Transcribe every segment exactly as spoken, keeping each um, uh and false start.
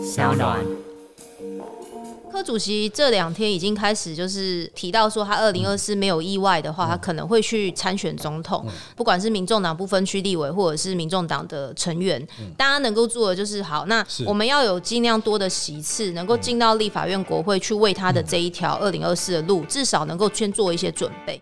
小暖。 柯主席这两天已经开始就是提到说，他二零二四没有意外的话，他可能会去参选总统，不管是民众党不分区立委，或者是民众党的成员，大家能够做的就是好，那我们要有尽量多的席次，能够进到立法院国会去为他的这一条二零二四的路，至少能够先做一些准备。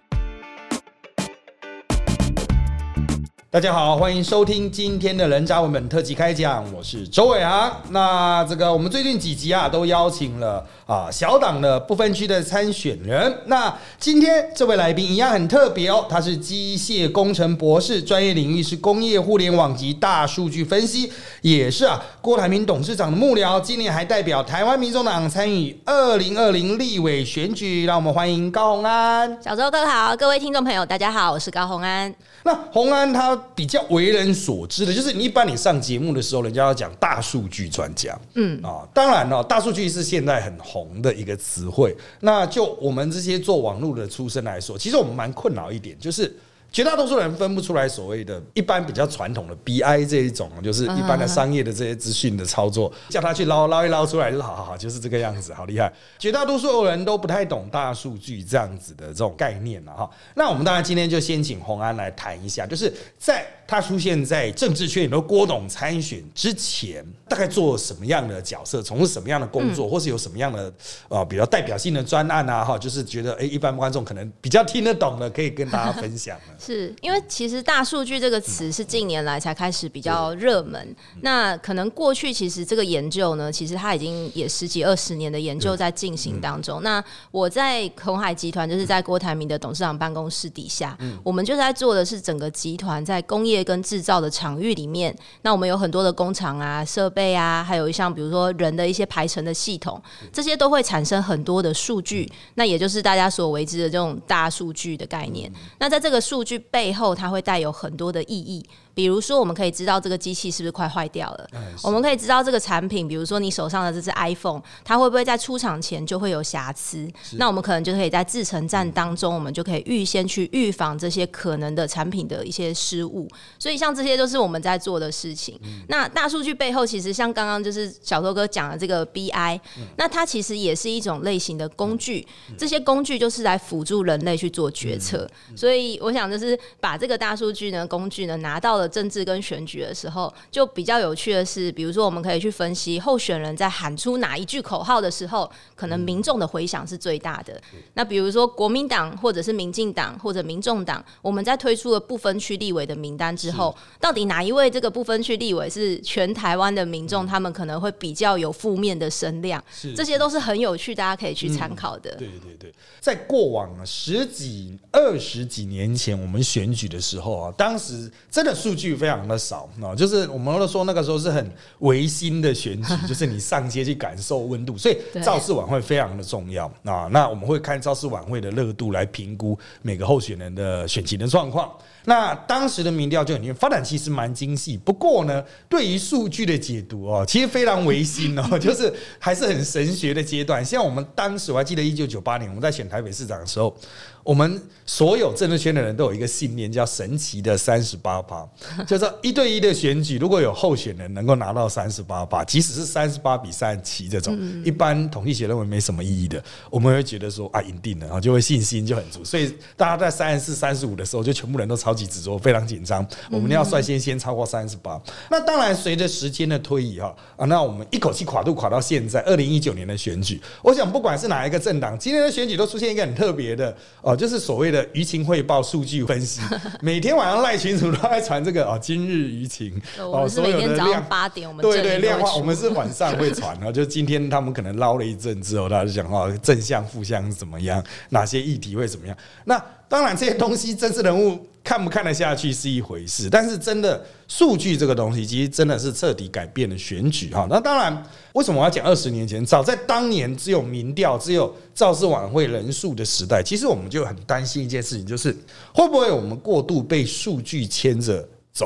大家好，欢迎收听今天的人渣文本特辑开讲，我是周伟航。那这个我们最近几集啊，都邀请了啊小党的不分区的参选人。那今天这位来宾一样很特别哦，他是机械工程博士，专业领域是工业互联网及大数据分析，也是啊郭台铭董事长的幕僚。今年还代表台湾民众党参与二零二零立委选举。让我们欢迎高虹安。 小周哥好，各位听众朋友大家好，我是高虹安。 那虹安他比较为人所知的，就是你一般你上节目的时候，人家要讲大数据专家，嗯啊，当然哦，大数据是现在很红的一个词汇。那就我们这些做网络的出身来说，其实我们蛮困扰一点，就是绝大多数人分不出来所谓的一般比较传统的 B I 这一种，就是一般的商业的这些资讯的操作，叫他去捞捞一捞出来，就是好好好，就是这个样子，好厉害。绝大多数人都不太懂大数据这样子的这种概念了哈。那我们当然今天就先请虹安来谈一下，就是在他出现在政治圈里头郭董参选之前，大概做什么样的角色，从事什么样的工作，嗯、或是有什么样的呃比较代表性的专案啊？哈，就是觉得哎、欸，一般观众可能比较听得懂的，可以跟大家分享。 是因为其实大数据这个词是近年来才开始比较热门，嗯、那可能过去其实这个研究呢，其实它已经也十几二十年的研究在进行当中。嗯、那我在鸿海集团，就是在郭台铭的董事长办公室底下，嗯、我们就在做的是整个集团在工业跟制造的场域里面，那我们有很多的工厂啊、设备啊，还有像比如说人的一些排程的系统，这些都会产生很多的数据，那也就是大家所为之的这种大数据的概念。那在这个数据背后，它会带有很多的意义。比如说我们可以知道这个机器是不是快坏掉了，我们可以知道这个产品，比如说你手上的这只 iPhone 它会不会在出厂前就会有瑕疵，那我们可能就可以在制程站当中，我们就可以预先去预防这些可能的产品的一些失误。所以像这些都是我们在做的事情。嗯、那大数据背后其实像刚刚就是小周哥讲的这个 B I，嗯、那它其实也是一种类型的工具，嗯、这些工具就是来辅助人类去做决策。嗯、所以我想就是把这个大数据呢工具呢拿到了政治跟选举的时候，就比较有趣的是，比如说我们可以去分析候选人在喊出哪一句口号的时候，可能民众的回响是最大的。嗯、那比如说国民党或者是民进党或者民众党，我们在推出了不分区立委的名单之后，到底哪一位这个不分区立委是全台湾的民众他们可能会比较有负面的声量，这些都是很有趣，大家可以去参考的。嗯、 对对对，在过往十几二十几年前我们选举的时候啊，当时真的数据非常的少，就是我们都说那个时候是很微心的选举，就是你上街去感受温度，所以造势晚会非常的重要啊。那我们会看造势晚会的热度来评估每个候选人的选情的状况。那当时的民调就已经发展其实蛮精细，不过呢，对于数据的解读哦，其实非常微心哦，就是还是很神学的阶段。像我们当时我还记得一九九八年我们在选台北市长的时候，我们所有政治圈的人都有一个信念，叫神奇的三十八趴，就是一对一的选举，如果有候选人能够拿到三十八趴，即使是三十八比三十七这种，嗯、一般统计学认为没什么意义的，我们会觉得说啊，赢定了，就会信心就很足。所以大家在三十四、三十五的时候，就全部人都超级执着，非常紧张。我们要率先先超过三十八。那当然，随着时间的推移哈，啊，那我们一口气跨度跨到现在二零一九年的选举，我想不管是哪一个政党，今年的选举都出现一个很特别的哦，就是所谓的舆情汇报、数据分析。每天晚上赖群组都在传这个哦，今日舆情哦，我们是每天早上八点，我们对对量化，我们是晚上会传啊。就今天他们可能捞了一阵之后，大家就讲哦，正向、负向是怎么样，哪些议题会怎么样。那当然这些东西政治人物看不看得下去是一回事，但是真的数据这个东西，其实真的是彻底改变了选举哈。那当然，为什么我要讲二十年前？早在当年只有民调、只有造势晚会人数的时代，其实我们就很担心一件事情，就是会不会我们过度被数据牵着走。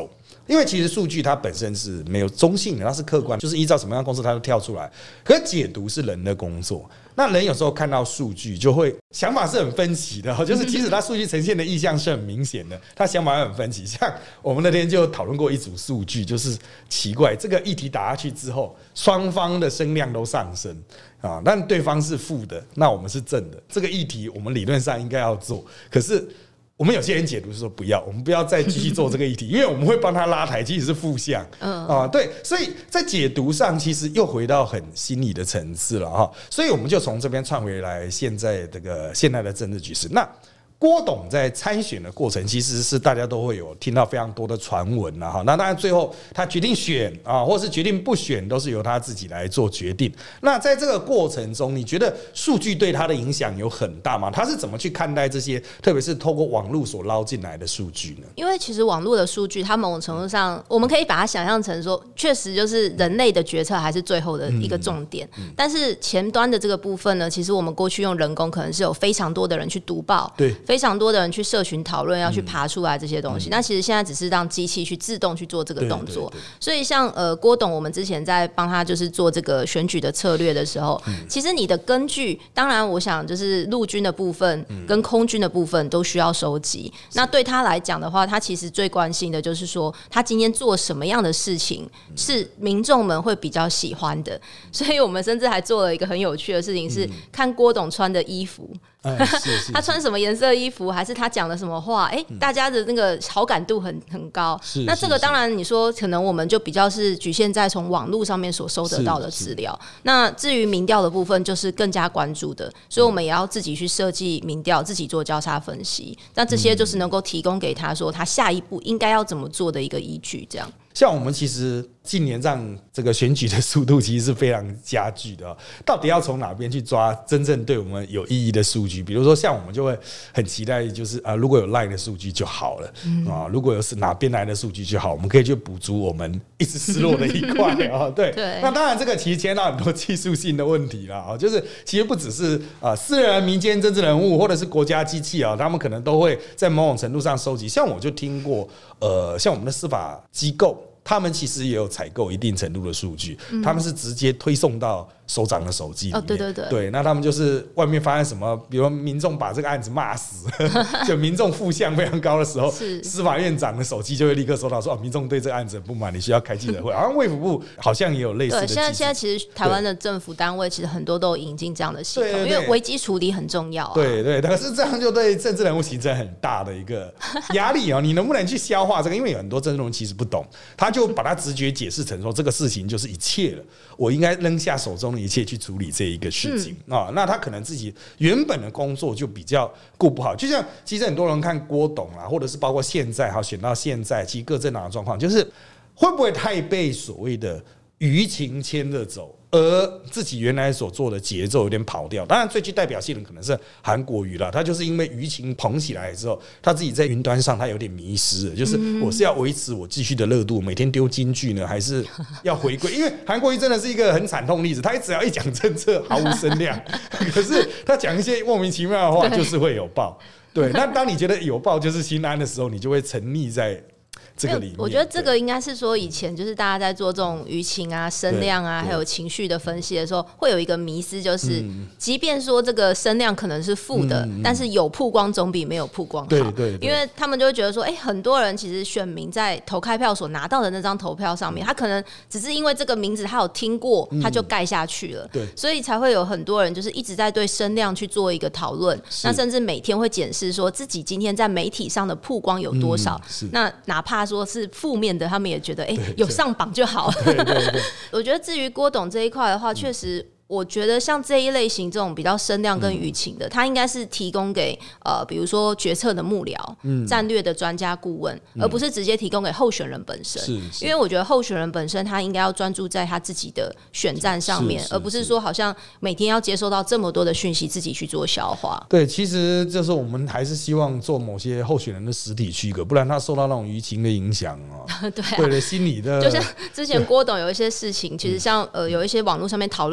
因为其实数据它本身是没有中性的，它是客观，就是依照什么样的公司它就跳出来。可是解读是人的工作，那人有时候看到数据就会想法是很分歧的，就是即使他数据呈现的意向是很明显的，他想法很分歧。像我们那天就讨论过一组数据，就是奇怪，这个议题打下去之后，双方的声量都上升啊，但对方是负的，那我们是正的。这个议题我们理论上应该要做，可是我们有些人解读是说不要，我们不要再继续做这个议题，因为我们会帮他拉抬，其实是负向。嗯啊，对，所以在解读上其实又回到很心理的层次了哈。所以我们就从这边串回来，现在这个现在的政治局势。那郭董在参选的过程，其实是大家都会有听到非常多的传闻啦哈。那当然最后他决定选啊，或是决定不选，都是由他自己来做决定。那在这个过程中，你觉得数据对他的影响有很大吗？他是怎么去看待这些，特别是透过网络所捞进来的数据呢？ 因为其实网络的数据，它某种程度上，我们可以把它想象成说，确实就是人类的决策还是最后的一个重点。嗯嗯、但是前端的这个部分呢，其实我们过去用人工，可能是有非常多的人去读报，对。非常多的人去社群讨论，要去爬出来这些东西。嗯、那其实现在只是让机器去自动去做这个动作。对对对，所以像呃郭董，我们之前在帮他就是做这个选举的策略的时候，嗯、其实你的根据，当然我想就是陆军的部分跟空军的部分都需要收集。嗯、那对他来讲的话，他其实最关心的就是说，他今天做什么样的事情是民众们会比较喜欢的。所以我们甚至还做了一个很有趣的事情，是看郭董穿的衣服。 哎、是是是， 他穿什么颜色衣服，还是他讲了什么话？哎、欸，大家的那个好感度很很高。是，那这个当然你说可能我们就比较是局限在从网络上面所收得到的资料。那至于民调的部分，就是更加关注的，所以我们也要自己去设计民调，自己做交叉分析。那这些就是能够提供给他说他下一步应该要怎么做的一个依据，这样。 像我们其实近年让这个选举的速度其实是非常加剧的、哦，到底要从哪边去抓真正对我们有意义的数据？比如说像我们就会很期待，就是啊，如果有 Line 的数据就好了、嗯、啊，如果有是哪边来的数据就好，我们可以去补足我们一直失落的一块啊。对，对，那当然这个其实牵到很多技术性的问题啦，就是其实不只是啊私人、民间政治人物或者是国家机器啊，他们可能都会在某种程度上收集。像我就听过，呃，像我们的司法机构。他们其实也有采购一定程度的数据，嗯、他们是直接推送到首长的手机里面。哦，对对对，对，那他们就是外面发生什么，比如民众把这个案子骂死，就民众负向非常高的时候，司法院长的手机就会立刻收到说，哦，民众对这个案子很不满，你需要开记者会。好像卫福部好像也有类似的。对，现在现在其实台湾的政府单位其实很多都有引进这样的系统，因为危机处理很重要、啊。 对对，可是这样就对政治人物形成很大的一个压力哦。你能不能去消化这个？因为有很多政治人物其实不懂，他就把他直觉解释成说这个事情就是一切了，我应该扔下手中的一切去处理这一个事情啊、嗯哦。那他可能自己原本的工作就比较顾不好，就像其实很多人看郭董啊，或者是包括现在哈选到现在，其实各政党的状况就是会不会太被所谓的舆情牵着走，而自己原来所做的节奏有点跑掉。当然最具代表性的可能是韩国瑜啦，他就是因为舆情捧起来之后，他自己在云端上他有点迷失了，就是我是要维持我继续的热度，每天丢金句呢，还是要回归？因为韩国瑜真的是一个很惨痛例子，他只要一讲政策毫无声量，可是他讲一些莫名其妙的话就是会有报。对，那当你觉得有报就是心安的时候，你就会沉溺在这个里面。 我觉得这个应该是说，以前就是大家在做这种舆情啊、声量啊，还有情绪的分析的时候，会有一个迷思，就是即便说这个声量可能是负的，嗯、但是有曝光总比没有曝光好。对对对，因为他们就会觉得说，哎、欸，很多人其实选民在投开票所拿到的那张投票上面，他可能只是因为这个名字他有听过，他就盖下去了。对、嗯，所以才会有很多人就是一直在对声量去做一个讨论，那甚至每天会检视说自己今天在媒体上的曝光有多少。嗯、那哪怕说是负面的，他们也觉得哎、欸，有上榜就好。对对对，我觉得至于郭董这一块的话，确实。我觉得像这一类型这种比较声量跟舆情的，它应该是提供给呃，比如说决策的幕僚、嗯、战略的专家顾问，嗯、而不是直接提供给候选人本身。是是，因为我觉得候选人本身他应该要专注在他自己的选战上面，是是是，而不是说好像每天要接收到这么多的讯息自己去做消化。 对，其实就是我们还是希望做某些候选人的实体区隔，不然他受到那种舆情的影响哦。对、啊，对的，心理的。 就像之前郭董有一些事情，其实像呃有一些网络上面讨论很多。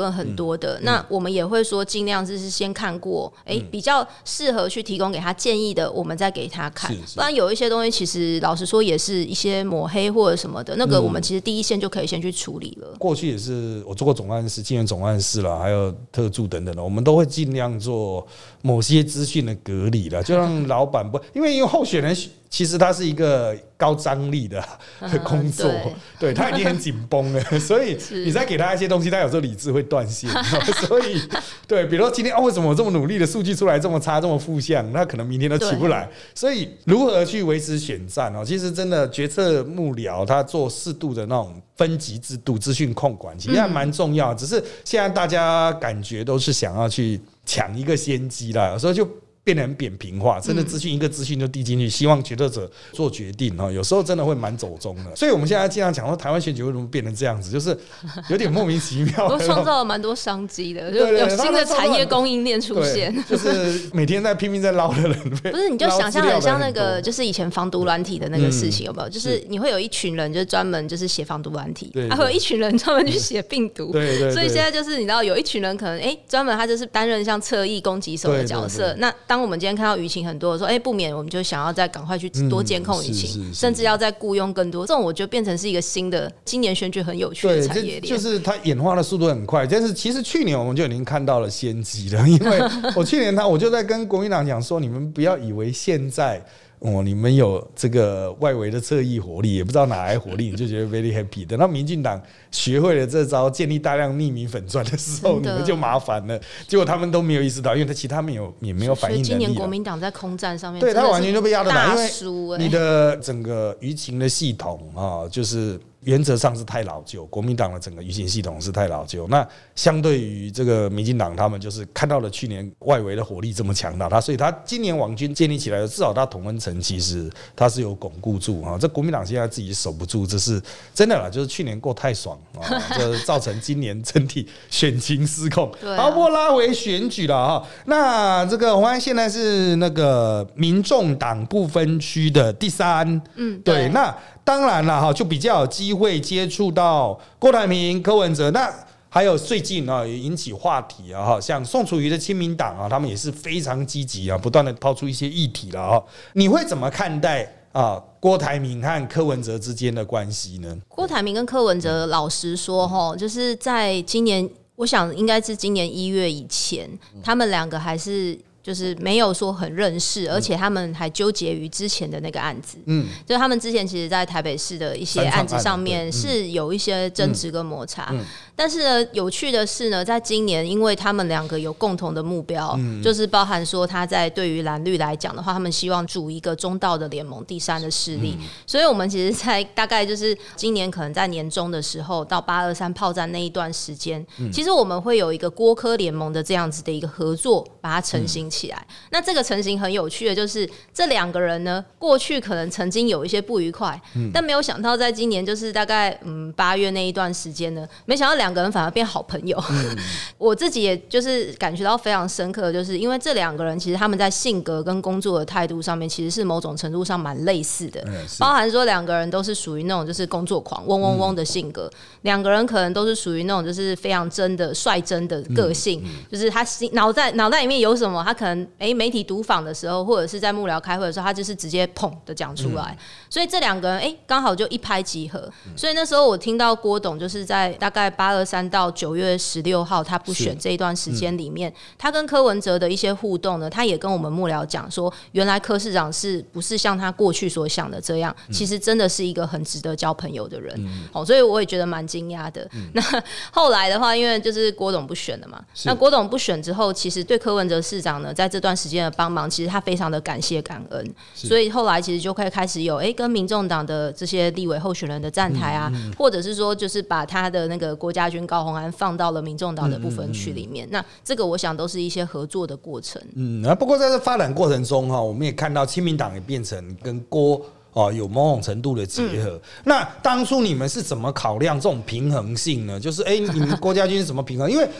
多的。嗯、那我们也会说，尽量就是先看过，哎、欸，比较适合去提供给他建议的，我们再给他看。不然有一些东西，其实老实说也是一些抹黑或者什么的，那个我们其实第一线就可以先去处理了。嗯、 过去也是我做过总干事、金源总干事啦，还有特助等等的，我们都会尽量做某些资讯的隔离啦，就让老板不，因为因为候选人。其实它是一个高张力的工作，嗯、对, 对他已经很紧绷了，所以你再给他一些东西，他有时候理智会断线。所以，对，比如说今天哦，为什么我这么努力的数据出来这么差、这么负向，那可能明天都起不来。所以，如何去维持选战哦？其实真的决策幕僚他做适度的那种分级制度、资讯控管，其实还蛮重要。嗯、只是现在大家感觉都是想要去抢一个先机啦，所以就。变得很扁平化，真的资讯一个资讯就递进去，希望决策者做决定哈。有时候真的会蛮走中的，所以我们现在经常讲说，台湾选举为什么变成这样子，就是有点莫名其妙。 都创造了蛮多商机的，就有新的产业供应链出现。 就是每天在拼命在捞的人， 不是你就想象很像那个，就是以前防毒软体的那个事情，有没有？就是你会有一群人，就是专门就是写防毒软体，还会有一群人专门去写病毒。对对。所以现在就是你知道，有一群人可能哎，专门他就是担任像侧翼攻击手的角色，那。当我们今天看到舆情很多的时候，哎、欸，不免我们就想要再赶快去多监控舆情、嗯，甚至要再雇佣更多。这种我觉得变成是一个新的今年选举很有趣的产业链， 就是它演化的速度很快。但是其实去年我们就已经看到了先机了，因为我去年他我就在跟国民党讲说，你们不要以为现在。哦，你们有这个外围的侧翼火力，也不知道哪来火力，你就觉得 very happy。等到民进党学会了这招，建立大量匿名粉专的时候，你们就麻烦了。结果他们都没有意识到，因为他其他没有也没有反应能力。 所以今年国民党在空战上面， 对他完全就被压得打， 因为你的整个舆情的系统啊，就是原则上是太老旧。国民党的整个舆情系统是太老旧。那相对于这个民进党，他们就是看到了去年外围的火力这么强大，他所以他今年网军建立起来的，至少他同温层其实他是有巩固住啊。这国民党现在自己守不住，这是真的啦。就是去年过太爽啊，这造成今年整体选情失控。好，不过拉回选举了哈。那这个红安现在是那个民众党不分区的第三，嗯，对，那。当然了哈，就比较有机会接触到郭台铭、柯文哲。那还有最近啊也引起话题啊，像宋楚瑜的亲民党啊，他们也是非常积极啊，不断的抛出一些议题了啊。你会怎么看待啊郭台铭和柯文哲之间的关系呢？ 郭台铭跟柯文哲，老实说哈，就是在今年，我想应该是今年一月以前，他们两个还是。就是没有说很认识，而且他们还纠结于之前的那个案子。嗯，就是他们之前其实，在台北市的一些案子上面是有一些争执跟摩擦。嗯嗯、但是呢，有趣的是呢，在今年，因为他们两个有共同的目标，嗯、就是包含说他在对于蓝绿来讲的话，他们希望组一个中道的联盟，第三的势力。嗯、所以我们其实，在大概就是今年可能在年中的时候，到八二三炮战那一段时间，嗯、其实我们会有一个郭柯联盟的这样子的一个合作，把它成型。起来，那这个成型很有趣的就是这两个人呢，过去可能曾经有一些不愉快，嗯、但没有想到在今年就是大概嗯八月那一段时间呢，没想到两个人反而变好朋友。嗯、我自己也就是感觉到非常深刻，就是因为这两个人其实他们在性格跟工作的态度上面，其实是某种程度上蛮类似的，嗯、包含说两个人都是属于那种就是工作狂、嗡嗡嗡的性格，两、嗯、个人可能都是属于那种就是非常真的、率真的个性，嗯嗯、就是他脑袋脑袋里面有什么，他可能哎，媒体读访的时候，或者是在幕僚开会的时候，他就是直接砰的讲出来。嗯、所以这两个人哎，刚好就一拍即合。嗯、所以那时候我听到郭董就是在大概八二三到九月十六号他不选这一段时间里面，嗯、他跟柯文哲的一些互动呢，他也跟我们幕僚讲说，原来柯市长是不是像他过去所想的这样，嗯、其实真的是一个很值得交朋友的人。嗯、哦，所以我也觉得蛮惊讶的。嗯、那后来的话，因为就是郭董不选了嘛，那郭董不选之后，其实对柯文哲市长呢，在这段时间的帮忙，其实他非常的感谢感恩，所以后来其实就可以开始有哎、欸、跟民众党的这些立委候选人的站台啊，嗯嗯、或者是说就是把他的那个郭家军、高虹安放到了民众党的不分区里面。嗯嗯嗯、那这个我想都是一些合作的过程。 嗯，不过在这发展过程中哈，我们也看到亲民党也变成跟郭哦有某种程度的结合。嗯、那当初你们是怎么考量这种平衡性呢？就是哎、欸，你们郭家军是怎么平衡？因为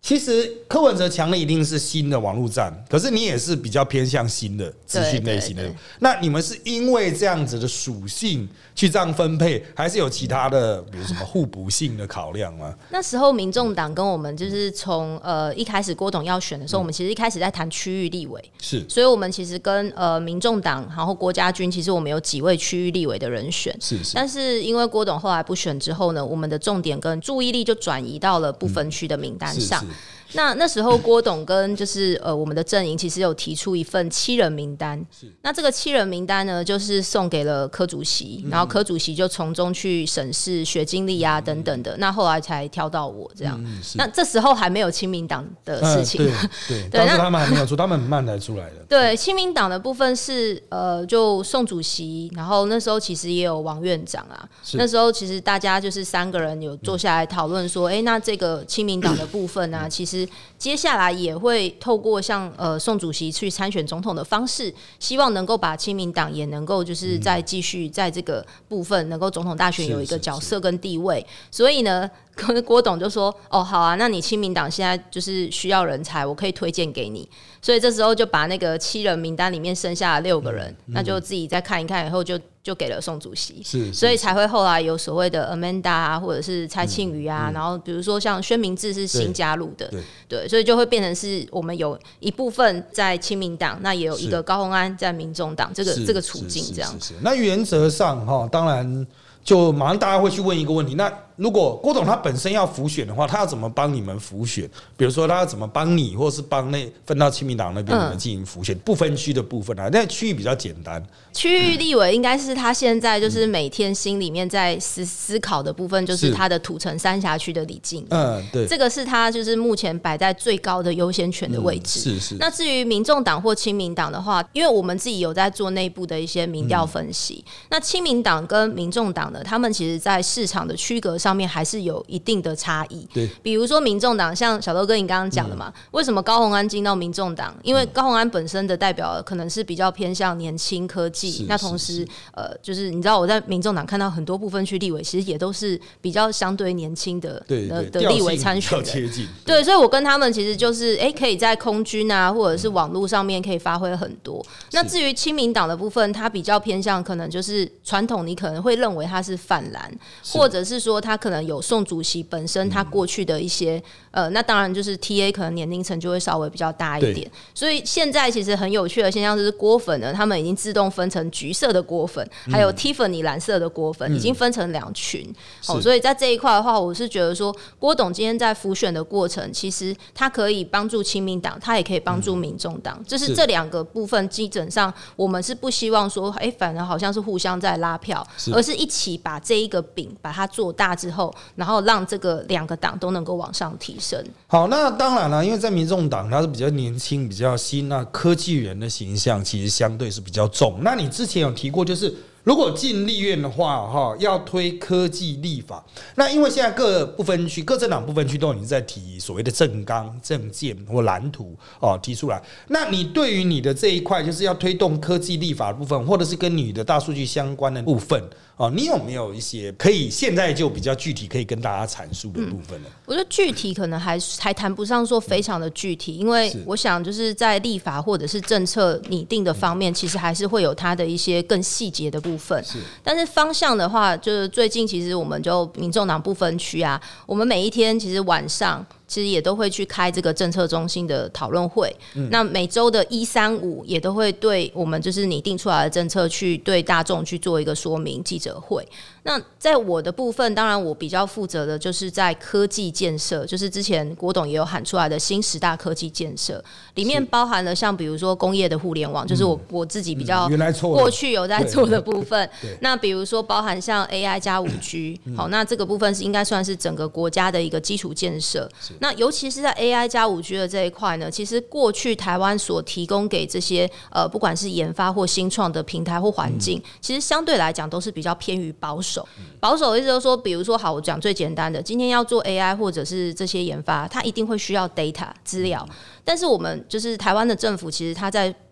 其实柯文哲强的一定是新的网络战，可是你也是比较偏向新的资讯类型的。 对对对， 那你们是因为这样子的属性去这样分配，还是有其他的，比如什么互补性的考量吗？ 那时候民众党跟我们就是从呃一开始郭董要选的时候，嗯、我们其实一开始在谈区域立委， 是， 所以我们其实跟呃民众党，然后郭家军，其实我们有几位区域立委的人选， 是是。 但是因为郭董后来不选之后呢，我们的重点跟注意力就转移到了不分区的名单上。嗯，是是。那那时候郭董跟就是呃我们的阵营其实有提出一份七人名单，那这个七人名单呢，就是送给了柯主席，嗯、然后柯主席就从中去审视学经历啊等等的，嗯、那后来才挑到我这样。嗯、那这时候还没有亲民党的事情， 呃、对对，当时他们还没有出，他们很慢才出来的。 对，亲民党的部分是呃就宋主席，然后那时候其实也有王院长啊，那时候其实大家就是三个人有坐下来讨论说，哎、欸，那这个亲民党的部分啊，其实接下来也会透过像呃宋主席去参选总统的方式，希望能够把亲民党也能够就是再继续在这个部分能够总统大选有一个角色跟地位，所以呢。跟郭董就说：“哦，好啊，那你亲民党现在就是需要人才，我可以推荐给你。”所以这时候就把那个七人名单里面剩下的六个人，嗯、那就自己再看一看，以后就就给了宋主席。 是， 所以才会后来有所谓的 Amanda 啊，或者是蔡庆瑜啊，嗯嗯、然后比如说像宣明智是新加入的，对，对，所以就会变成是我们有一部分在亲民党，那也有一个高虹安在民众党，这个这个处境这样。 是是是是那原则上哈，当然就马上大家会去问一个问题，那。如果郭董他本身要辅选的话，他要怎么帮你们辅选？比如说他要怎么帮你，或是帮那分到亲民党那边你们进行辅选？嗯、不分区的部分啊，那区域比较简单。 区域立委应该是他现在就是每天心里面在思思考的部分，就是他的土城三峡区的李静。嗯，对，这个是他就是目前摆在最高的优先权的位置。 嗯、是是。 那至于民众党或亲民党的话，因为我们自己有在做内部的一些民调分析，嗯、那亲民党跟民众党呢，他们其实在市场的区隔上面还是有一定的差异。 对， 比如说民众党，像小豆哥你刚刚讲的嘛，嗯、为什么高虹安进到民众党？因为高虹安本身的代表可能是比较偏向年轻科技，那同时呃，就是你知道我在民众党看到很多部分区立委，其实也都是比较相对年轻的对对的立委参选人， 对, 对，所以我跟他们其实就是哎、欸，可以在空军啊，或者是网络上面可以发挥很多。嗯、那至于亲民党的部分，它比较偏向可能就是传统，你可能会认为它是泛蓝，或者是说它可能有宋主席本身他过去的一些、嗯、呃，那当然就是 T A 可能年龄层就会稍微比较大一点。所以现在其实很有趣的现象就是郭粉呢，他们已经自动分成橘色的郭粉，嗯、还有 Tiffany 蓝色的郭粉，嗯、已经分成两群。哦，所以在这一块的话，我是觉得说郭董今天在辅选的过程，其实他可以帮助亲民党，他也可以帮助民众党，就、嗯、是这两个部分基本上我们是不希望说，哎、欸，反而好像是互相在拉票，是而是一起把这一个饼把它做大之后，然后让这个两个党都能够往上提升。 好，那当然了，因为在民众党它是比较年轻、比较新，那科技人的形象其实相对是比较重。那你之前有提过，就是如果进立院的话，哈，要推科技立法。那因为现在各不分区、各政党不分区都已经在提所谓的政纲、政见或蓝图哦提出来。那你对于你的这一块，就是要推动科技立法的部分，或者是跟你的大数据相关的部分。哦，你有没有一些可以现在就比较具体可以跟大家阐述的部分呢？ 嗯、我觉得具体可能还还谈不上说非常的具体，因为我想就是在立法或者是政策拟定的方面，其实还是会有它的一些更细节的部分。是，但是方向的话，就是最近其实我们就民众党不分区啊，我们每一天其实晚上。其实也都会去开这个政策中心的讨论会，嗯、那每周的一三五也都会对我们就是拟定出来的政策去对大众去做一个说明记者会。那在我的部分，当然我比较负责的就是在科技建设，就是之前郭董也有喊出来的新十大科技建设，里面包含了像比如说工业的互联网，就是我我自己比较过去有在做的部分。那比如说包含像 A I 加五 G， 好，那这个部分是应该算是整个国家的一个基础建设。那尤其是在 A I 加五 G 的这一块呢，其实过去台湾所提供给这些呃不管是研发或新创的平台或环境，嗯、其实相对来讲都是比较偏于保守。保守的意思就是说，比如说好，我讲最简单的，今天要做 A I 或者是这些研发，它一定会需要 data 资料。但是我们就是台湾的政府，其实它在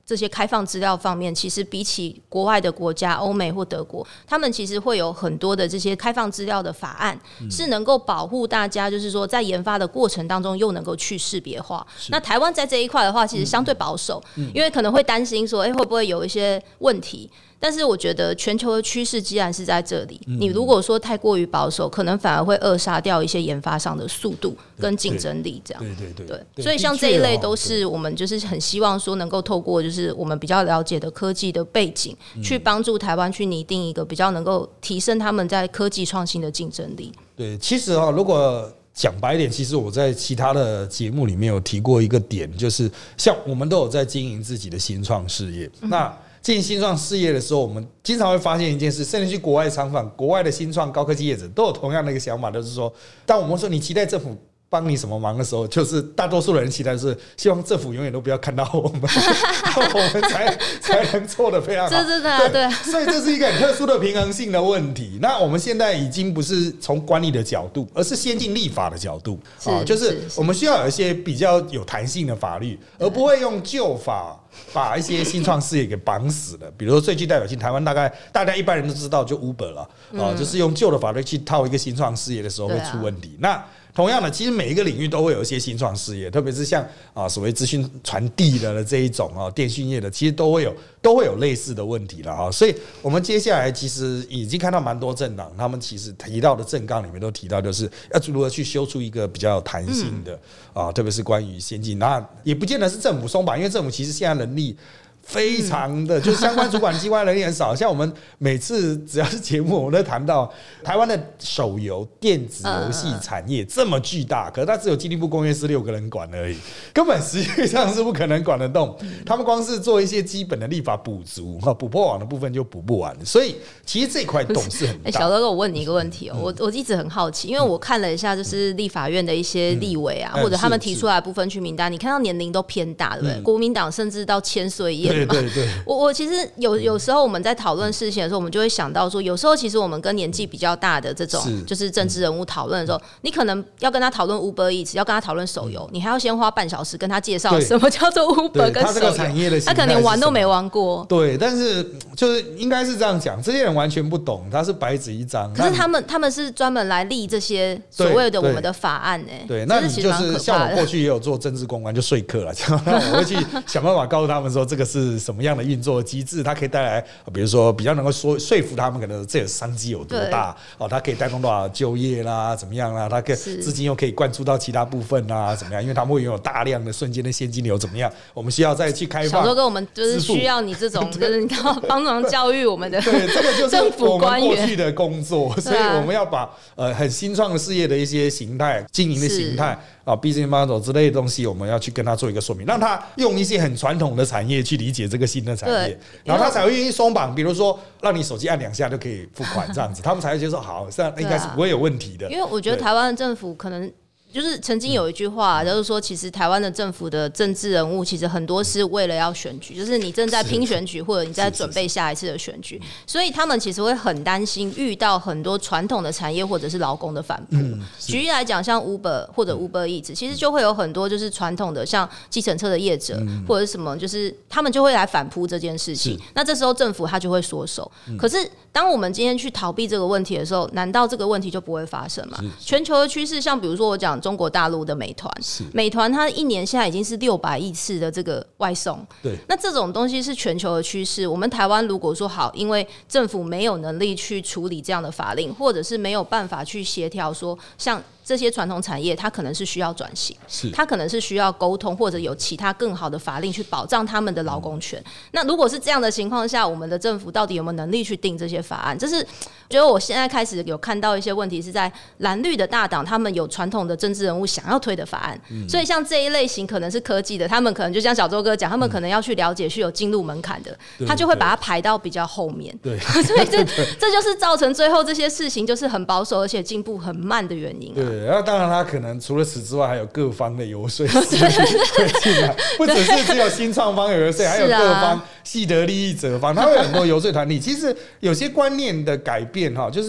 这些开放资料方面，其实比起国外的国家，欧美或德国，他们其实会有很多的这些开放资料的法案，嗯、是能够保护大家，就是说在研发的过程当中又能够去识别化。那台湾在这一块的话，其实相对保守，嗯、因为可能会担心说，哎、欸，会不会有一些问题？但是我觉得全球的趋势既然是在这里，嗯、你如果说太过于保守，可能反而会扼杀掉一些研发上的速度跟竞争力。这样， 对对 对, 对, 对， 所以像这一类都是我们就是很希望说能够透过就是我们比较了解的科技的背景，嗯、去帮助台湾去拟定一个比较能够提升他们在科技创新的竞争力。 对，其实啊，如果讲白一点，其实我在其他的节目里面有提过一个点，就是像我们都有在经营自己的新创事业，嗯、那经营新创事业的时候，我们经常会发现一件事，甚至去国外参访，国外的新创高科技业者都有同样的一个想法，就是说，当我们说你期待政府帮你什么忙的时候，就是大多数人期待是希望政府永远都不要看到我们，我们才才能做得非常好。 这是的，对， 所以这是一个很特殊的平衡性的问题。那我们现在已经不是从管理的角度，而是先进立法的角度啊，就是我们需要有一些比较有弹性的法律，而不会用旧法把一些新创事业给绑死了。比如说最具代表性，台湾大概大家一般人都知道，就 Uber 了啊，嗯、就是用旧的法律去套一个新创事业的时候会出问题。啊、那同样的，其实每一个领域都会有一些新创事业，特别是像啊所谓资讯传递的这一种啊电讯业的，其实都会有都会有类似的问题了啊。所以我们接下来其实已经看到蛮多政党，他们其实提到的政纲里面都提到，就是要如何去修出一个比较有弹性的啊，特别是关于先进，那也不见得是政府松绑，因为政府其实现在能力非常的，就是相关主管机关人力很少。像我们每次只要是节目，我们都谈到台湾的手游电子游戏产业这么巨大，可是它只有经济部工业司六个人管而已，根本实际上是不可能管得动。他们光是做一些基本的立法补足、补破网的部分就补不完，所以其实这一块董事很大。 小哥哥，我问你一个问题哦，我我一直很好奇，因为我看了一下，就是立法院的一些立委啊，或者他们提出来的不分区名单，你看到年龄都偏大，对不对？国民党甚至到千岁宴。 对对对， 我我其实有有时候我们在讨论事情的时候，我们就会想到说，有时候其实我们跟年纪比较大的这种就是政治人物讨论的时候，你可能要跟他讨论 Uber Eats， 要跟他讨论手游，你还要先花半小时跟他介绍什么叫做 Uber 跟手游，他可能连玩都没玩过。 对，但是就是应该是这样讲，这些人完全不懂，他是白纸一张。 可是他们他们是专门来立这些所谓的我们的法案哎、欸。 对，那你就是像我过去也有做政治公关，就说客了，我会去想办法告诉他们说这个是什么样的运作机制，它可以带来，比如说比较能够说说服他们，可能这个商机有多大哦，它可以带动多少就业啦，怎么样啦，它可以资金又可以灌注到其他部分啦，怎么样？因为他们会拥有大量的瞬间的现金流，怎么样？我们需要再去开放。 小周哥，我们就是需要你这种，就是你看帮忙教育我们的， 对，这个就是政府官员过去的工作，所以我们要把呃很新创的事业的一些形态、经营的形态啊 ，business model 之类的东西，我们要去跟他做一个说明，让他用一些很传统的产业去理解这个新的产业，然后他才会愿意松绑。比如说，让你手机按两下就可以付款这样子，他们才会觉得说好，这样应该是不会有问题的。 因为我觉得台湾的政府可能。就是曾经有一句话、啊，就是说，其实台湾的政府的政治人物，其实很多是为了要选举，就是你正在拼选举，或者你在准备下一次的选举，所以他们其实会很担心遇到很多传统的产业或者是劳工的反扑。嗯、举例来讲，像 Uber 或者 Uber Eats， 其实就会有很多就是传统的像计程车的业者、嗯、或者是什么，就是他们就会来反扑这件事情。那这时候政府他就会缩手。嗯、可是当我们今天去逃避这个问题的时候，难道这个问题就不会发生吗？全球的趋势，像比如说我讲。中国大陆的美团，美团它一年现在已经是六百亿次的这个外送， 对， 那这种东西是全球的趋势。我们台湾如果说好，因为政府没有能力去处理这样的法令，或者是没有办法去协调说，像这些传统产业，它可能是需要转型，它可能是需要沟通，或者有其他更好的法令去保障他们的劳工权。嗯、那如果是这样的情况下，我们的政府到底有没有能力去定这些法案？这是觉得我现在开始有看到一些问题，是在蓝绿的大党，他们有传统的政治人物想要推的法案，嗯、所以像这一类型可能是科技的，他们可能就像小周哥讲，他们可能要去了解是有进入门槛的，嗯、他就会把它排到比较后面。 对， 所以这这就是造成最后这些事情就是很保守，而且进步很慢的原因、啊。 对，然后当然他可能除了此之外，还有各方的游说会进来，不只是只有新创方有游说，还有各方既得利益者方，他会有很多游说团体。其实有些观念的改变哈，就是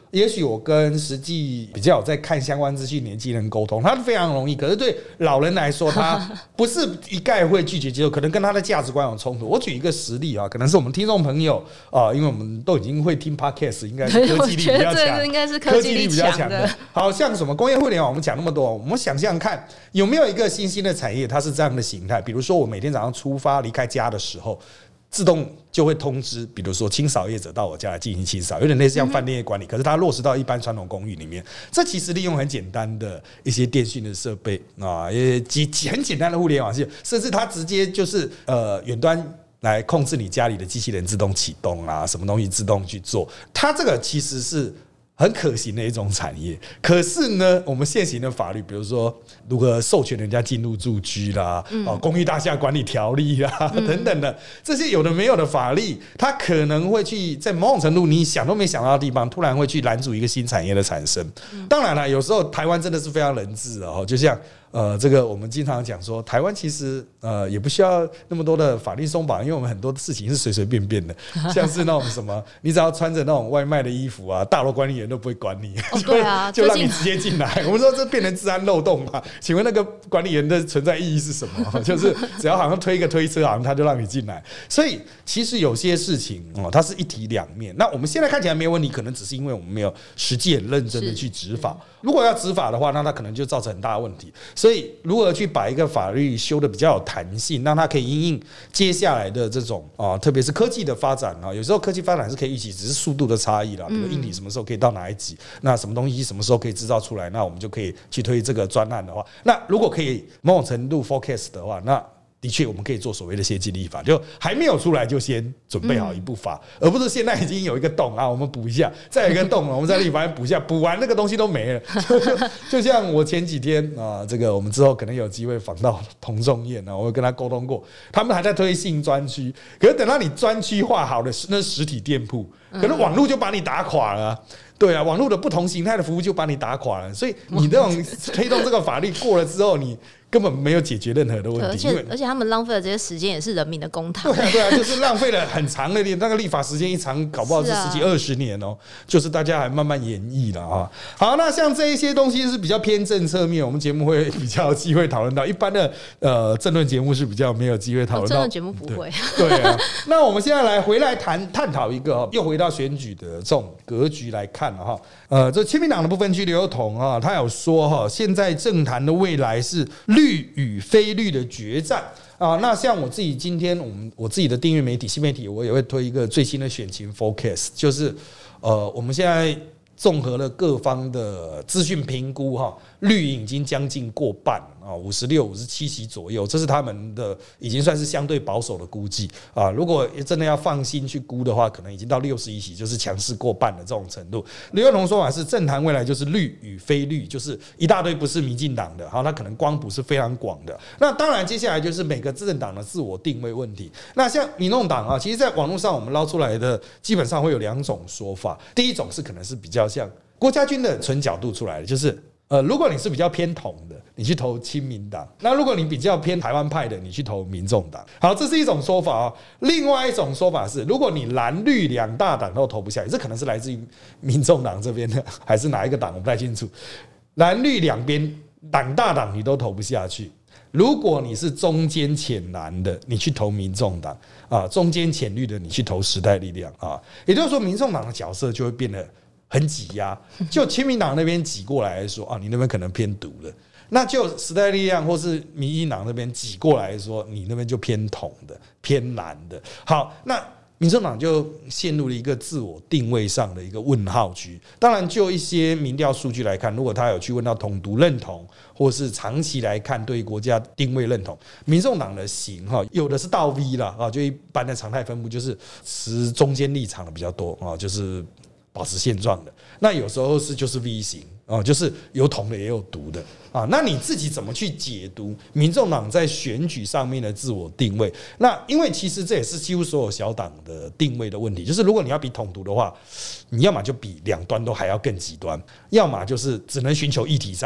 也许我跟实际比较有在看相关资讯年轻人沟通，他非常容易。可是对老人来说，他不是一概会拒绝接受，可能跟他的价值观有冲突。我举一个实例啊，可能是我们听众朋友啊，因为我们都已经会听 podcast， 应该是科技力比较强， 应该是科技力比较强的。 好像什么工业互联网，我们讲那么多，我们想象看有没有一个新兴的产业，它是这样的形态。比如说，我每天早上出发离开家的时候，自动就会通知，比如说清扫业者到我家来进行清扫，有点类似像饭店业管理，可是它落实到一般传统公寓里面。这其实利用很简单的一些电讯的设备啊，也几很简单的互联网系统，甚至它直接就是呃远端来控制你家里的机器人自动启动啊，什么东西自动去做。它这个其实是很可行的一种产业，可是呢，我们现行的法律，比如说如何授权人家进入住居啦，嗯、公寓大厦管理条例啦、嗯、等等的这些有的没有的法律，它可能会去在某种程度你想都没想到的地方，突然会去拦阻一个新产业的产生。嗯、当然了，有时候台湾真的是非常人治哦，就像。呃，这个我们经常讲说，台湾其实呃也不需要那么多的法律松绑，因为我们很多事情是随随便便的，像是那种什么，你只要穿着那种外卖的衣服啊，大楼管理员都不会管你， 哦、对啊， 就让你直接进来。我们说这变成治安漏洞嘛？请问那个管理员的存在意义是什么？就是只要好像推一个推车，好像他就让你进来。所以其实有些事情哦，它是一体两面。那我们现在看起来没有问题，可能只是因为我们没有实际很认真的去执法。如果要执法的话，那它可能就造成很大的问题。所以，如何去把一个法律修得比较有弹性，让它可以因应接下来的这种啊，特别是科技的发展啊，有时候科技发展是可以预期，只是速度的差异啦。比如硬体什么时候可以到哪一级，那什么东西什么时候可以制造出来，那我们就可以去推这个专案的话，那如果可以某种程度 forecast 的话，那的确，我们可以做所谓的先进立法，就还没有出来就先准备好一部法，嗯、而不是现在已经有一个洞啊，我们补一下，再有一个洞，我们在立法院补一下，补完那个东西都没了。就, 就, 就像我前几天啊，这个我们之后可能有机会访到童仲彦啊，我有跟他沟通过，他们还在推新专区，可是等到你专区划好的那实体店铺，可能网络就把你打垮了、啊。对啊，网络的不同形态的服务就把你打垮了，所以你这种推动这个法律过了之后，你根本没有解决任何的问题。 而且而且他们浪费的这些时间也是人民的公帑。 对啊，对啊，就是浪费了很长的那个立法时间，一长搞不好是十几二十年哦、喔，就是大家还慢慢演绎了啊。好，那像这一些东西是比较偏政策面，我们节目会比较有机会讨论到，一般的呃政论节目是比较没有机会讨论到。 政论节目不会。 对, 对啊，那我们现在来回来谈探讨一个，又回到选举的这种格局来看了哈。呃，这亲民党的部分区刘同啊，他有说哈，现在政坛的未来是绿与非绿的决战啊。那像我自己今天我们我自己的订阅媒体新媒体，我也会推一个最新的选情 forecast， 就是呃我们现在综合了各方的资讯评估哈，绿营已经将近过半啊，五十六、五十七席左右，这是他们的已经算是相对保守的估计啊。如果真的要放心去估的话，可能已经到六十一席，就是强势过半的这种程度。刘宥彤说法是，政坛未来就是绿与非绿，就是一大堆不是民进党的，好，它可能光谱是非常广的。那当然，接下来就是每个政党的自我定位问题。那像民众党啊，其实在网络上我们捞出来的基本上会有两种说法，第一种是可能是比较像郭家军的纯角度出来的，就是呃，如果你是比较偏统的，你去投亲民党；那如果你比较偏台湾派的，你去投民众党。好，这是一种说法啊、哦。另外一种说法是，如果你蓝绿两大党都投不下来，这可能是来自于民众党这边的，还是哪一个党我不太清楚。蓝绿两边两大党你都投不下去。如果你是中间浅蓝的，你去投民众党啊；中间浅绿的，你去投时代力量啊。也就是说，民众党的角色就会变得很挤压。就亲民党那边挤过来说啊，你那边可能偏独了；那就时代力量或是民进党那边挤过来说，你那边就偏统的、偏蓝的。好，那民众党就陷入了一个自我定位上的一个问号区。当然，就一些民调数据来看，如果他有去问到统独认同，或是长期来看对国家定位认同，民众党的型哈，有的是倒 V 啦啊，就一般的常态分布就是持中间立场的比较多啊，就是保持现状的。那有时候是就是 V 型啊，就是有统的也有独的啊。那你自己怎么去解读民众党在选举上面的自我定位？那因为其实这也是几乎所有小党的定位的问题，就是如果你要比统独的话，你要么就比两端都还要更极端，要么就是只能寻求议题战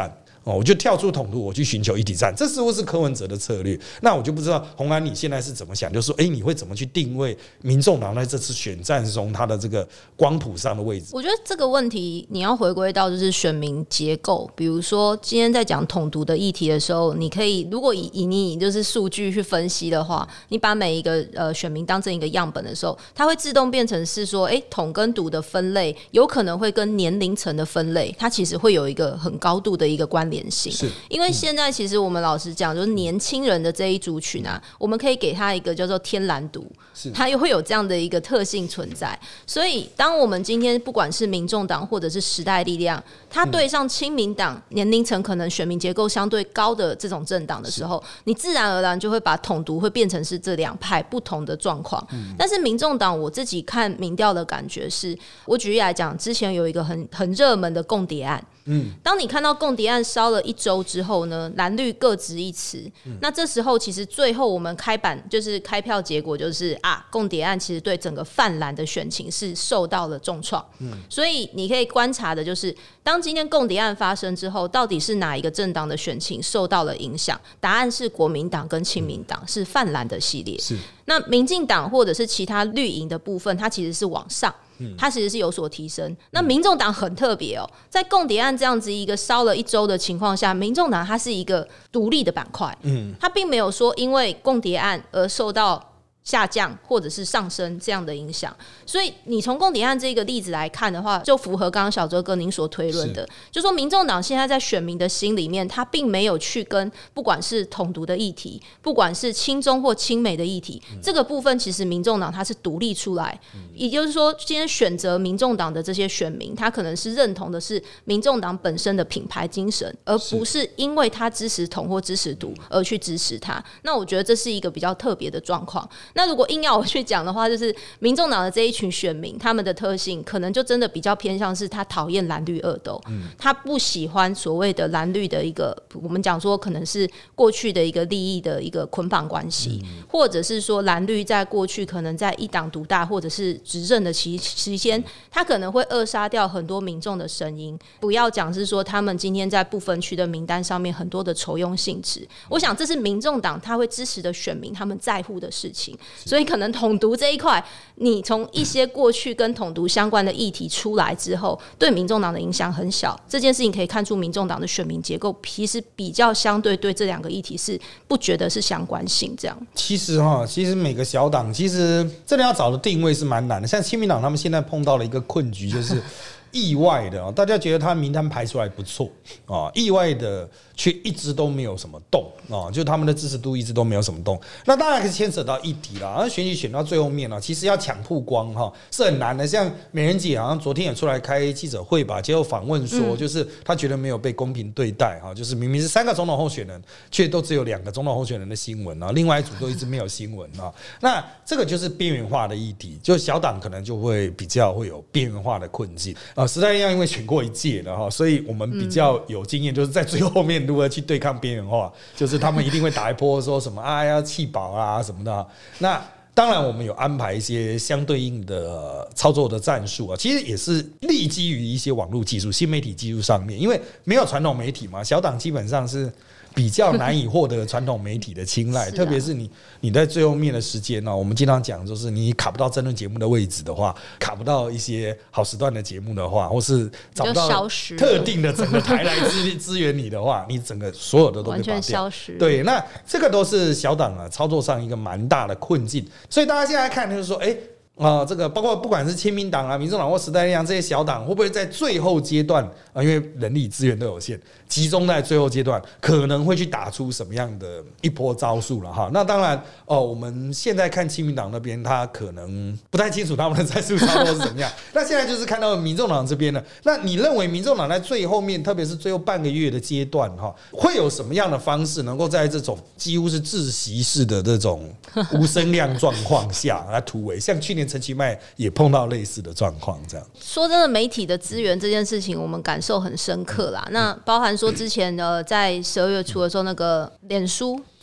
哦，我就跳出统独，我去寻求一体战，这似乎是柯文哲的策略。那我就不知道洪安你现在是怎么想，就是说，哎、欸，你会怎么去定位民众党在这次选战中他的这个光谱上的位置？ 我觉得这个问题你要回归到就是选民结构，比如说今天在讲统独的议题的时候，你可以如果以以你就是数据去分析的话，你把每一个呃选民当成一个样本的时候，它会自动变成是说，哎、欸，统跟独的分类有可能会跟年龄层的分类，它其实会有一个很高度的一个关联性。 是， 因为现在其实我们老实讲，就是年轻人的这一族群啊，我们可以给他一个叫做天蓝独，它又会有这样的一个特性存在。所以，当我们今天不管是民众党或者是时代力量，它对上亲民党年龄层可能选民结构相对高的这种政党的时候，你自然而然就会把统独会变成是这两派不同的状况。嗯、但是民众党，我自己看民调的感觉是，我举例来讲，之前有一个很很热门的共谍案。嗯，当你看到共谍案烧了一周之后呢，蓝绿各执一词、嗯，那这时候其实最后我们开板就是开票结果就是啊，共谍案其实对整个泛蓝的选情是受到了重创。嗯，所以你可以观察的就是，当今天共谍案发生之后，到底是哪一个政党的选情受到了影响？答案是国民党跟亲民党、嗯、是泛蓝的系列。是，那民进党或者是其他绿营的部分，它其实是往上。它其实是有所提升。那民众党很特别哦，在共谍案这样子一个烧了一周的情况下，民众党它是一个独立的板块，嗯，它并没有说因为共谍案而受到下降或者是上升这样的影响。所以你从共谍案这个例子来看的话，就符合刚刚小周哥您所推论的，就说民众党现在在选民的心里面，他并没有去跟不管是统独的议题，不管是亲中或亲美的议题、嗯、这个部分其实民众党它是独立出来、嗯、也就是说今天选择民众党的这些选民，他可能是认同的是民众党本身的品牌精神，而不是因为他支持统或支持独而去支持他。那我觉得这是一个比较特别的状况。那如果硬要我去讲的话，就是民众党的这一群选民，他们的特性可能就真的比较偏向是他讨厌蓝绿恶斗、嗯、他不喜欢所谓的蓝绿的一个我们讲说可能是过去的一个利益的一个捆绑关系、嗯、或者是说蓝绿在过去可能在一党独大或者是执政的期期间，他可能会扼杀掉很多民众的声音。不要讲是说他们今天在不分区的名单上面很多的酬庸性质，我想这是民众党他会支持的选民他们在乎的事情。所以可能统独这一块，你从一些过去跟统独相关的议题出来之后，对民众党的影响很小。这件事情可以看出民众党的选民结构其实比较相对对这两个议题是不觉得是相关性这样。 其实哈，其实每个小党其实真的要找的定位是蛮难的。像亲民党他们现在碰到了一个困局，就是意外的，大家觉得他名单排出来不错啊，意外的却一直都没有什么动啊，就他们的支持度一直都没有什么动。那当然可以牵扯到议题啦，而选举选到最后面了，其实要抢曝光哈是很难的。像美人姐好像昨天也出来开记者会吧，接受访问说，就是她觉得没有被公平对待哈，就是明明是三个总统候选人，却都只有两个总统候选人的新闻啊，另外一组都一直没有新闻啊。那这个就是边缘化的议题，就小党可能就会比较会有边缘化的困境啊。时代力量因为选过一届了哈，所以我们比较有经验，就是在最后面如何去对抗边缘化，就是他们一定会打一波说什么啊要弃保啊什么的。那当然我们有安排一些相对应的操作的战术啊，其实也是立基于一些网络技术、新媒体技术上面，因为没有传统媒体嘛，小党基本上是比较难以获得传统媒体的青睐，特别是你你在最后面的时间呢、啊，我们经常讲，就是你卡不到争论节目的位置的话，卡不到一些好时段的节目的话，或是找不到特定的整个台来支支援你的话，你整个所有的都被拔掉， 完全消失。 对，那这个都是小党啊操作上一个蛮大的困境，所以大家现在看就是说，哎、欸。啊、呃，这个包括不管是亲民党啊、民众党或时代力量这些小党，会不会在最后阶段啊，因为人力资源都有限，集中在最后阶段，可能会去打出什么样的一波招数了哈？那当然哦、呃，我们现在看亲民党那边，他可能不太清楚他们的战术操作是怎么样。那现在就是看到民众党这边呢，那你认为民众党在最后面，特别是最后半个月的阶段哈，会有什么样的方式能够在这种几乎是窒息式的这种无声量状况下来突围？像去年陈其迈也碰到类似的状况，这样说真的，媒体的资源这件事情，我们感受很深刻啦。嗯、那包含说之前呃，在十二月初的时候，那个脸书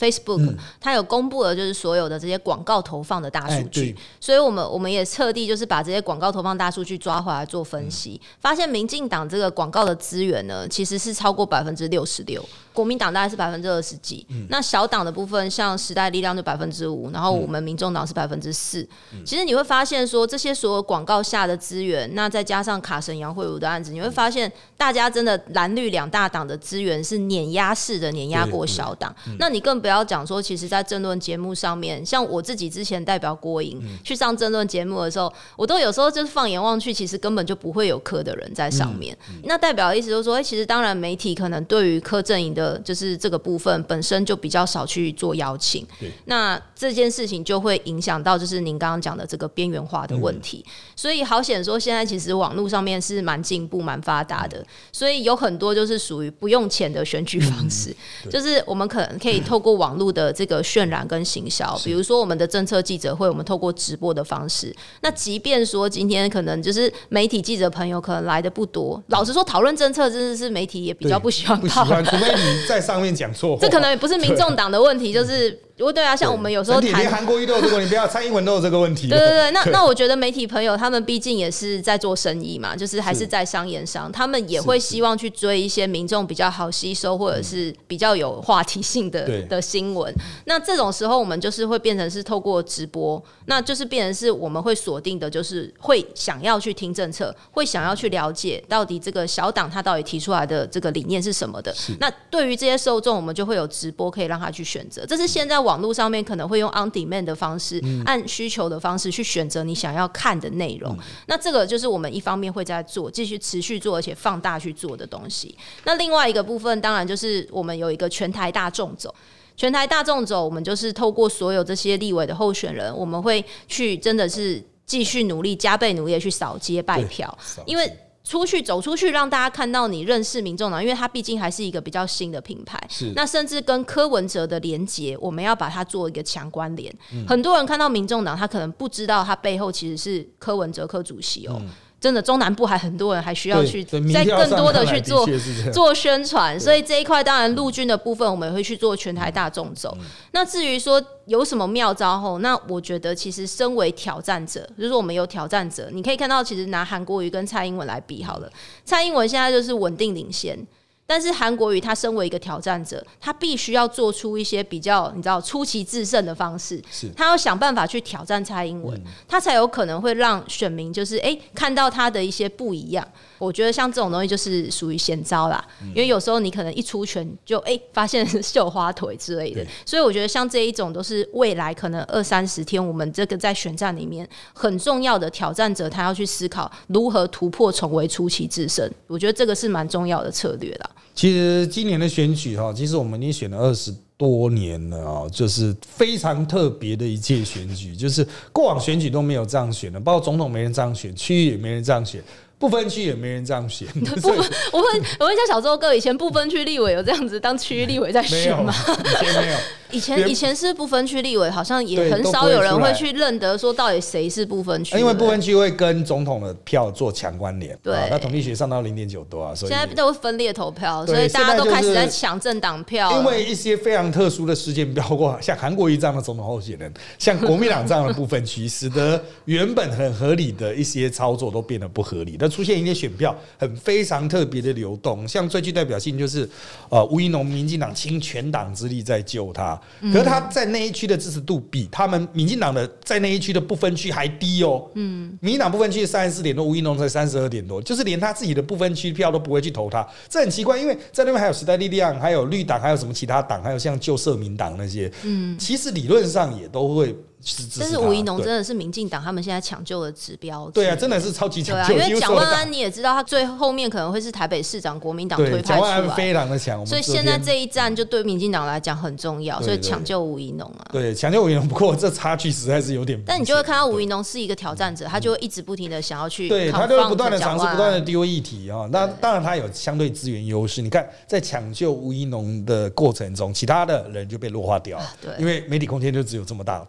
Facebook、 嗯、 它有公布了就是所有的这些广告投放的大数据、 哎、 所以我们我们也特地就是把这些广告投放大数据抓回来做分析、嗯、发现民进党这个广告的资源呢其实是超过百分之六十六，国民党大概是百分之二十几、嗯、那小党的部分像时代力量就百分之五，然后我们民众党是百分之四。其实你会发现说这些所有广告下的资源，那再加上卡神杨惠如的案子，你会发现大家真的蓝绿两大党的资源是碾压式的碾压过小党、嗯、那你更不要讲说其实在政论节目上面，像我自己之前代表国营、嗯、去上政论节目的时候，我都有时候就是放眼望去其实根本就不会有柯的人在上面、嗯嗯、那代表的意思就是说、欸、其实当然媒体可能对于柯阵营的就是这个部分本身就比较少去做邀请，那这件事情就会影响到就是您刚刚讲的这个边缘化的问题、嗯、所以好险说现在其实网络上面是蛮进步蛮发达的、嗯、所以有很多就是属于不用钱的选举方式、嗯、就是我们可能可以透过网络的这个渲染跟行销、嗯、比如说我们的政策记者会我们透过直播的方式，那即便说今天可能就是媒体记者朋友可能来的不多，老实说讨论政策真的是媒体也比较不喜欢报， 不喜欢，除非你在上面讲错话， 这可能也不是民众党的问题，就是对啊，像我们有时候谈， 连韩国瑜都有这个问题，不要蔡英文都有这个问题。 对对对，那那我觉得媒体朋友他们毕竟也是在做生意嘛，就是还是在商言商，他们也会希望去追一些民众比较好吸收或者是比较有话题性的的新闻。那这种时候我们就是会变成是透过直播，那就是变成是我们会锁定的，就是会想要去听政策，会想要去了解到底这个小党他到底提出来的这个理念是什么的。那对于这些受众，我们就会有直播可以让他去选择。这是现在网络上面可能会用 on demand 的方式、嗯、按需求的方式去选择你想要看的内容、嗯、那这个就是我们一方面会在做继续持续做而且放大去做的东西。那另外一个部分当然就是我们有一个全台大众走，全台大众走我们就是透过所有这些立委的候选人，我们会去真的是继续努力加倍努力的去扫街拜票，因为出去走出去让大家看到你认识民众党，因为它毕竟还是一个比较新的品牌，那甚至跟柯文哲的连结我们要把它做一个强关联、嗯、很多人看到民众党他可能不知道他背后其实是柯文哲柯主席哦、嗯，真的中南部还很多人还需要去再更多的去做做宣传，所以这一块当然陆军的部分我们也会去做全台大众走、嗯、那至于说有什么妙招后，那我觉得其实身为挑战者，就是我们有挑战者，你可以看到其实拿韩国瑜跟蔡英文来比好了，蔡英文现在就是稳定领先，但是韩国瑜他身为一个挑战者，他必须要做出一些比较你知道出奇制胜的方式，他要想办法去挑战蔡英文、嗯、他才有可能会让选民就是哎看到他的一些不一样。我觉得像这种东西就是属于险招啦、嗯、因为有时候你可能一出拳就哎发现是绣花腿之类的，所以我觉得像这一种都是未来可能二三十天我们这个在选战里面很重要的挑战者，他要去思考如何突破重围出奇制胜，我觉得这个是蛮重要的策略啦。 其实今年的选举哈，其实我们已经选了二十多年了啊，就是非常特别的一届选举，就是过往选举都没有这样选的，包括总统没人这样选，区域也没人这样选，不分区也没人这样选。 不分，我问我问一下小周哥，以前不分区立委有这样子当区域立委在选吗？ 以前没有。 以前以前是不分区立委，好像也很少有人会去认得说到底谁是不分区， 因为不分区会跟总统的票做强关联。对，那统计学上到零点九多啊，所以现在都分裂投票，所以大家都开始在抢政党票。 因为一些非常特殊的事件，包括像韩国瑜这样的总统候选人，像国民党这样的不分区，使得原本很合理的一些操作都变得不合理。但出现一些选票很非常特别的流动，像最具代表性就是呃吴怡农，民进党倾全党之力在救他。可是他在那一区的支持度比他们民进党的在那一区的不分区还低哦。嗯，民进党不分区三十四点多，吴怡农才三十二点多，就是连他自己的不分区票都不会去投他，这很奇怪。因为在那边还有时代力量，还有绿党，还有什么其他党，还有像旧社民党那些，嗯，其实理论上也都会。 但是吴怡农真的是民进党他们现在抢救的指标， 对啊，真的是超级抢救。 对啊，因为蒋万安你也知道，他最后面可能会是台北市长，国民党推派出来，蒋万安非常的强， 所以现在这一战就对民进党来讲很重要，所以抢救吴怡农啊， 对，抢救吴怡农。不过这差距实在是有点， 但你就会看到吴怡农是一个挑战者，他就会一直不停的想要去， 对，他就会不断的尝试，不断的丢议题啊。那当然他有相对资源优势，你看在抢救吴怡农的过程中，其他的人就被弱化掉了，对，因为媒体空间就只有这么大，大佬就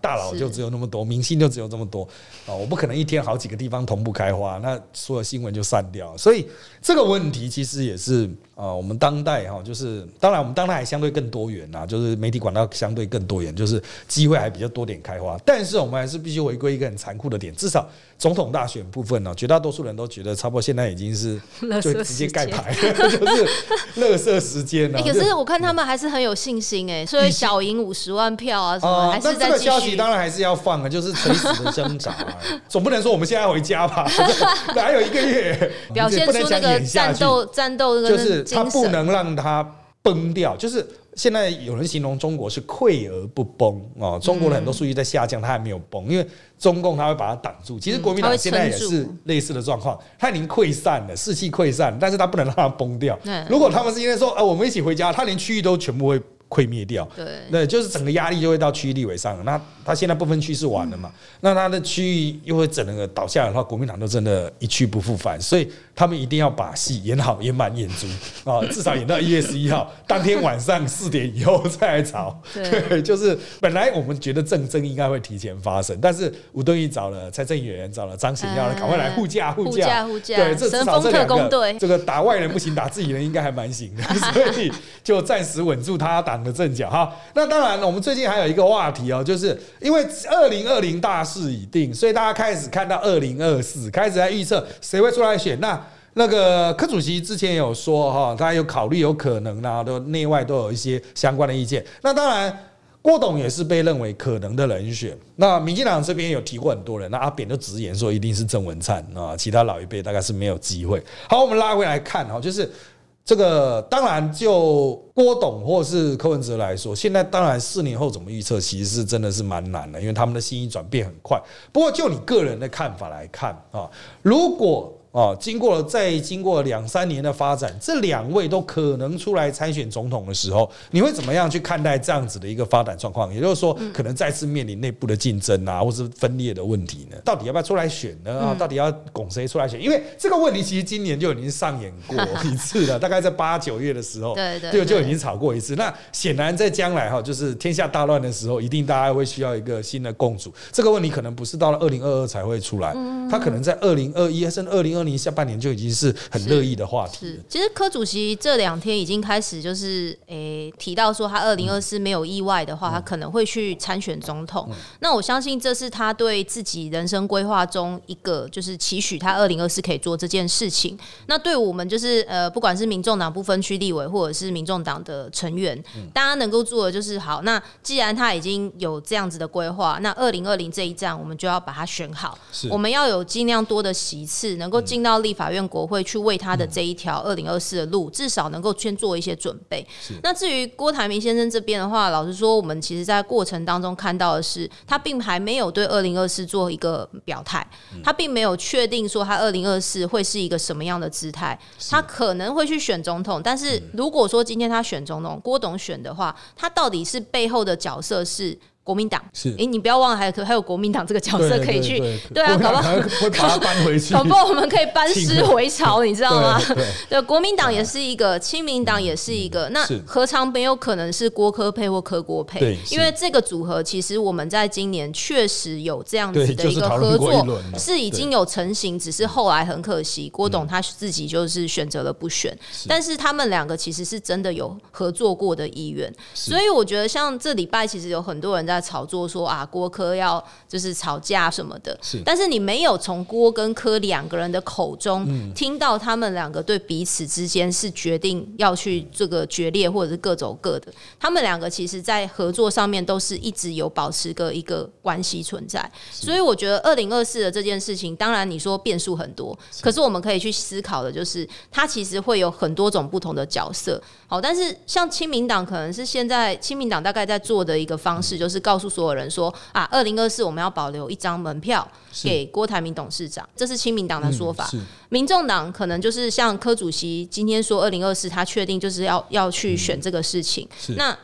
就只有那么多，明星就只有这么多啊，我不可能一天好几个地方同步开花，那所有新闻就散掉。所以这个问题其实也是啊，我们当代哈，就是当然我们当代还相对更多元啊，就是媒体管道相对更多元，就是机会还比较多点开花。但是我们还是必须回归一个很残酷的点，至少总统大选部分呢，绝大多数人都觉得差不多现在已经是就直接盖牌，就是垃圾时间了。 可是我看他们还是很有信心哎，所以小赢五十万票啊什么，还是在继续。 那这个消息当然还是要放啊，就是垂死的挣扎，总不能说我们现在回家吧？还有一个月， 表现出那个战斗战斗那个就是他不能让他崩掉，就是现在有人形容中国是溃而不崩哦，中国的很多数据在下降，它还没有崩，因为中共它会把它挡住。其实国民党现在也是类似的状况，它已经溃散了，士气溃散，但是它不能让它崩掉。如果他们是因为说，呃，我们一起回家，它连区域都全部会溃灭掉，对，那就是整个压力就会到区域立委上了。那他现在不分区是完了嘛？嗯、那他的区域又会整个倒下来的话，国民党就真的一去不复返。所以他们一定要把戏演好、演满、演足啊，至少演到一月十一号当天晚上四点以后再来吵。对，就是本来我们觉得政争应该会提前发生，但是吴敦义找了蔡正元，找了张显耀，赶快来护驾、护驾、 护驾。 对，这至少这两个，这个打外人不行，打自己人应该还蛮行的，所以就暂时稳住他党的阵脚。好，那当然，我们最近还有一个话题哦，就是因为二零二零大势已定，所以大家开始看到二零二四，开始在预测谁会出来选。那那个柯主席之前有说哈，他有考虑有可能啦，都内外都有一些相关的意见。那当然，郭董也是被认为可能的人选。那民进党这边有提过很多人，那阿扁就直言说一定是郑文灿啊，其他老一辈大概是没有机会。好，我们拉回来看哈，就是这个当然就郭董或是柯文哲来说，现在当然四年后怎么预测，其实是真的是蛮难的，因为他们的心意转变很快。不过就你个人的看法来看啊，如果哦，经过了再经过两三年的发展，这两位都可能出来参选总统的时候，你会怎么样去看待这样子的一个发展状况？也就是说，可能再次面临内部的竞争啊，或是分裂的问题呢？到底要不要出来选呢？啊，到底要拱谁出来选？因为这个问题其实今年就已经上演过一次了，大概在八九月的时候，对对，就就已经吵过一次。那显然在将来哈，就是天下大乱的时候，一定大家会需要一个新的共主。这个问题可能不是到了二零二二才会出来，他可能在二零二一甚至二零二零下半年就已经是很热议的话题了。 其实柯主席这两天已经开始就是诶、欸、提到说，他二零二四没有意外的话，他可能会去参选总统。嗯、那我相信这是他对自己人生规划中一个就是期许，他二零二四可以做这件事情。那对我们就是呃，不管是民众党不分区立委，或者是民众党的成员，嗯、大家能够做的就是好。那既然他已经有这样子的规划，那二零二零这一站我们就要把它选好。我们要有尽量多的席次，能够进到立法院国会去为他的这一条二零二四的路，至少能够先做一些准备。那至于郭台铭先生这边的话，老实说，我们其实在过程当中看到的是，他并还没有对二零二四做一个表态，他并没有确定说他二零二四会是一个什么样的姿态。他可能会去选总统，但是如果说今天他选总统，郭董选的话，他到底是背后的角色是国民党是，哎、欸，你不要忘了还有还有国民党这个角色可以去，对, 对, 对, 对啊，搞不好会把它搬回去， 搞不好我们可以搬尸回朝，你知道吗？对, 对, 对，国民党也是一个，亲民党也是一个，那何尝没有可能是郭柯配或柯郭配？因为这个组合其实我们在今年确实有这样子的一个合作，是, 是已经有成型，只是后来很可惜，郭董他自己就是选择了不选，嗯、但是他们两个其实是真的有合作过的意愿，所以我觉得像这礼拜其实有很多人在。在炒作说啊，郭柯要就是吵架什么的，是但是你没有从郭跟柯两个人的口中、嗯、听到他们两个对彼此之间是决定要去这个决裂，或者是各走各的。他们两个其实在合作上面都是一直有保持个一个关系存在，所以我觉得二零二四的这件事情，当然你说变数很多，可是我们可以去思考的就是，它其实会有很多种不同的角色。好，但是像亲民党可能是现在亲民党大概在做的一个方式，就是告诉所有人说啊，二零二四我们要保留一张门票给郭台铭董事长，这是亲民党的说法。嗯、民众党可能就是像柯主席今天说，二零二四他确定就是要要去选这个事情。那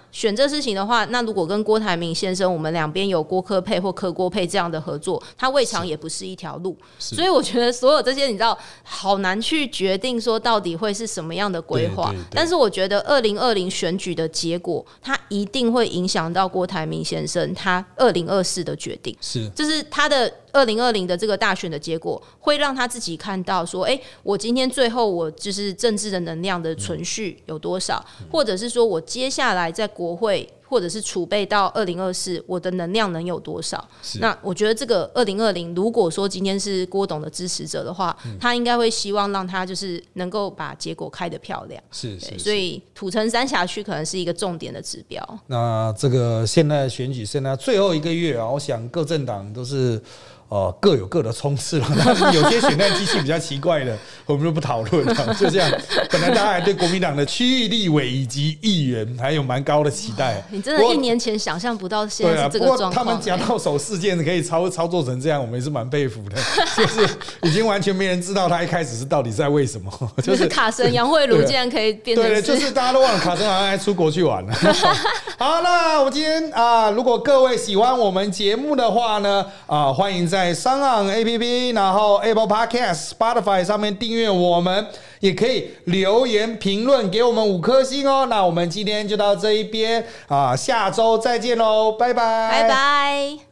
选这事情的话，那如果跟郭台铭先生我们两边有郭柯配或柯郭配这样的合作，他未尝也不是一条路。所以我觉得所有这些你知道好难去决定说到底会是什么样的规划，但是我觉得二零二零选举的结果，它一定会影响到郭台铭先生他二零二四的决定， 是就是他的二零二零的这个大选的结果，会让他自己看到说，哎、欸，我今天最后我就是政治的能量的存续有多少，嗯、或者是说我接下来在国会或者是储备到二零二四，我的能量能有多少？那我觉得这个二零二零，如果说今天是郭董的支持者的话，嗯、他应该会希望让他就是能够把结果开得漂亮。 是是是， 所以土城三峡区可能是一个重点的指标。 那这个现在的选举现在最后一个月啊，我想各政党都是。呃，各有各的冲刺了。有些选战机器比较奇怪的，我们就不讨论了。就这样，本来大家还对国民党的区域立委以及议员还有蛮高的期待。 你真的一年前想象不到现在是这个状况、欸。 不过他们夹到手事件可以操操作成这样，我们也是蛮佩服的。就是已经完全没人知道他一开始是到底在为什么。就是卡神杨慧茹竟然可以变成对，就是大家都忘了卡神好像还出国去玩了。好，那我们今天啊，如果各位喜欢我们节目的话呢，啊，欢迎在在商岸 A P P， 然后 Apple Podcast、Spotify 上面订阅我们，也可以留言评论给我们五颗星哦。那我们今天就到这一边啊，下周再见喽，拜拜， 拜拜。